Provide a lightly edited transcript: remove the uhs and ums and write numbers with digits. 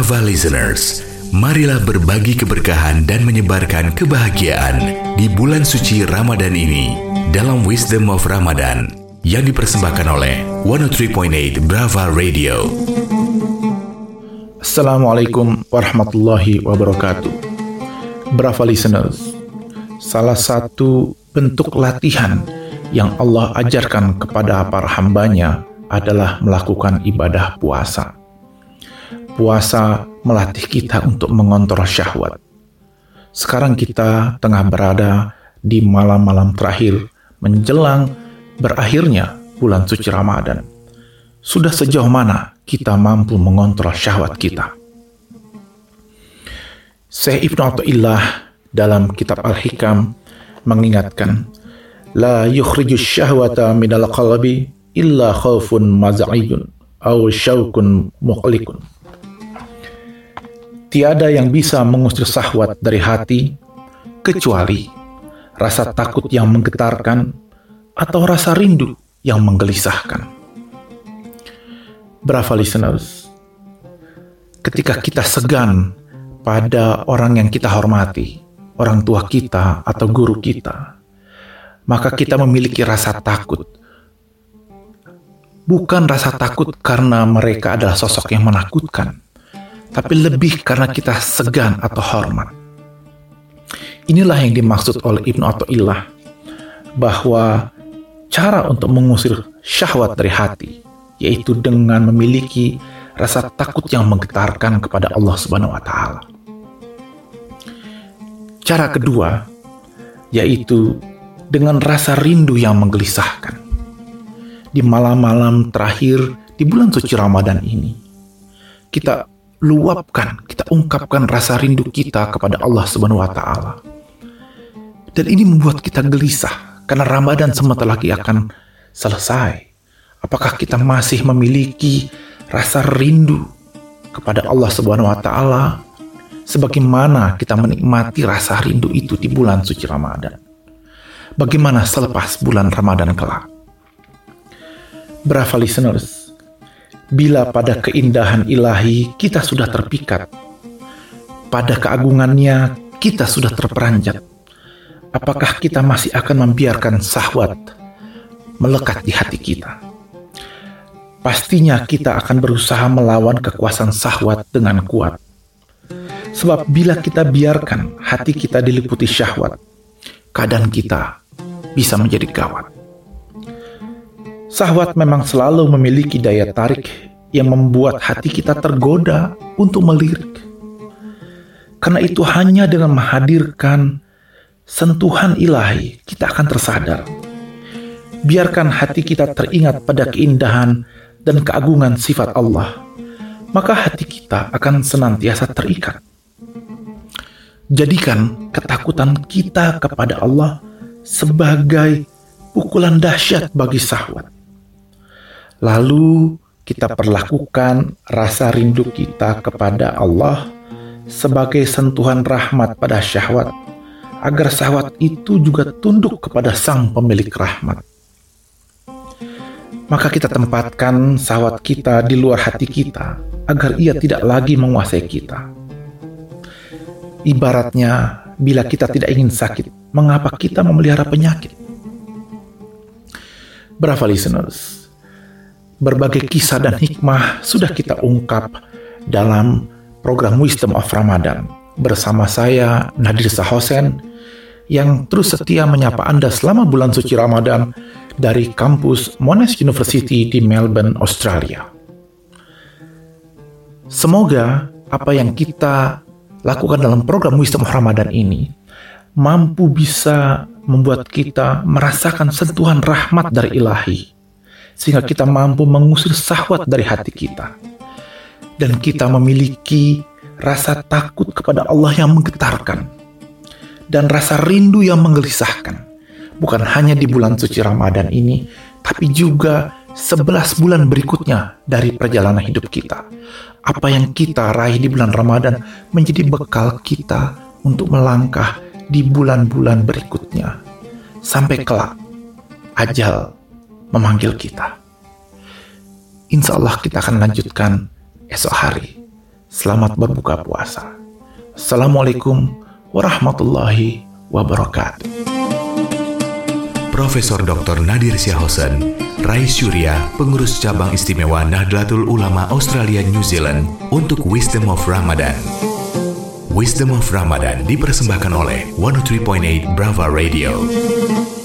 Brava listeners, marilah berbagi keberkahan dan menyebarkan kebahagiaan di bulan suci Ramadan ini dalam Wisdom of Ramadan yang dipersembahkan oleh 103.8 Brava Radio. Assalamualaikum warahmatullahi wabarakatuh. Brava listeners, salah satu bentuk latihan yang Allah ajarkan kepada para hambanya adalah melakukan ibadah puasa. Puasa melatih kita untuk mengontrol syahwat. Sekarang kita tengah berada di malam-malam terakhir menjelang berakhirnya bulan suci Ramadan. Sudah sejauh mana kita mampu mengontrol syahwat kita? Syekh Ibnu Athaillah dalam kitab Al-Hikam mengingatkan, la yukhrijus syahwata minal qalbi illa khaufun maz'idun aw syaukun muqlikun. Tiada yang bisa mengusir syahwat dari hati kecuali rasa takut yang menggetarkan atau rasa rindu yang menggelisahkan. Brava listeners, ketika kita segan pada orang yang kita hormati, orang tua kita atau guru kita, maka kita memiliki rasa takut. Bukan rasa takut karena mereka adalah sosok yang menakutkan, tapi lebih karena kita segan atau hormat. Inilah yang dimaksud oleh Ibnu Athaillah, bahwa cara untuk mengusir syahwat dari hati yaitu dengan memiliki rasa takut yang menggetarkan kepada Allah Subhanahu wa taala. Cara kedua yaitu dengan rasa rindu yang menggelisahkan. Di malam-malam terakhir di bulan suci Ramadan ini, kita luapkan, kita ungkapkan rasa rindu kita kepada Allah Subhanahu wa taala. Dan ini membuat kita gelisah karena Ramadan sebentar lagi akan selesai. Apakah kita masih memiliki rasa rindu kepada Allah Subhanahu wa taala sebagaimana kita menikmati rasa rindu itu di bulan suci Ramadan? Bagaimana selepas bulan Ramadan kelak? Brava listeners, bila pada keindahan ilahi kita sudah terpikat, pada keagungannya kita sudah terperanjat, apakah kita masih akan membiarkan syahwat melekat di hati kita? Pastinya kita akan berusaha melawan kekuasaan syahwat dengan kuat. Sebab bila kita biarkan hati kita diliputi syahwat, keadaan kita bisa menjadi gawat. Syahwat memang selalu memiliki daya tarik yang membuat hati kita tergoda untuk melirik. Karena itu hanya dengan menghadirkan sentuhan ilahi kita akan tersadar. Biarkan hati kita teringat pada keindahan dan keagungan sifat Allah, maka hati kita akan senantiasa terikat. Jadikan ketakutan kita kepada Allah sebagai pukulan dahsyat bagi syahwat. Lalu kita perlakukan rasa rindu kita kepada Allah sebagai sentuhan rahmat pada syahwat, agar syahwat itu juga tunduk kepada Sang Pemilik rahmat. Maka kita tempatkan syahwat kita di luar hati kita, agar ia tidak lagi menguasai kita. Ibaratnya, bila kita tidak ingin sakit, mengapa kita memelihara penyakit? Brava listeners, berbagai kisah dan hikmah sudah kita ungkap dalam program Wisdom of Ramadan bersama saya, Nadir Sahosen, yang terus setia menyapa Anda selama bulan suci Ramadan dari kampus Monash University di Melbourne, Australia. Semoga apa yang kita lakukan dalam program Wisdom of Ramadan ini mampu bisa membuat kita merasakan sentuhan rahmat dari ilahi, sehingga kita mampu mengusir syahwat dari hati kita, dan kita memiliki rasa takut kepada Allah yang menggetarkan, dan rasa rindu yang menggelisahkan, bukan hanya di bulan suci Ramadan ini, tapi juga 11 bulan berikutnya dari perjalanan hidup kita. Apa yang kita raih di bulan Ramadan menjadi bekal kita untuk melangkah di bulan-bulan berikutnya, sampai kelak ajal memanggil kita. Insya Allah kita akan lanjutkan esok hari. Selamat berbuka puasa. Assalamualaikum warahmatullahi wabarakatuh. Profesor Dr. Nadir Syahosen, Rais Syuriah, Pengurus Cabang Istimewa Nahdlatul Ulama Australia New Zealand untuk Wisdom of Ramadan. Wisdom of Ramadan dipersembahkan oleh 103.8 Brava Radio.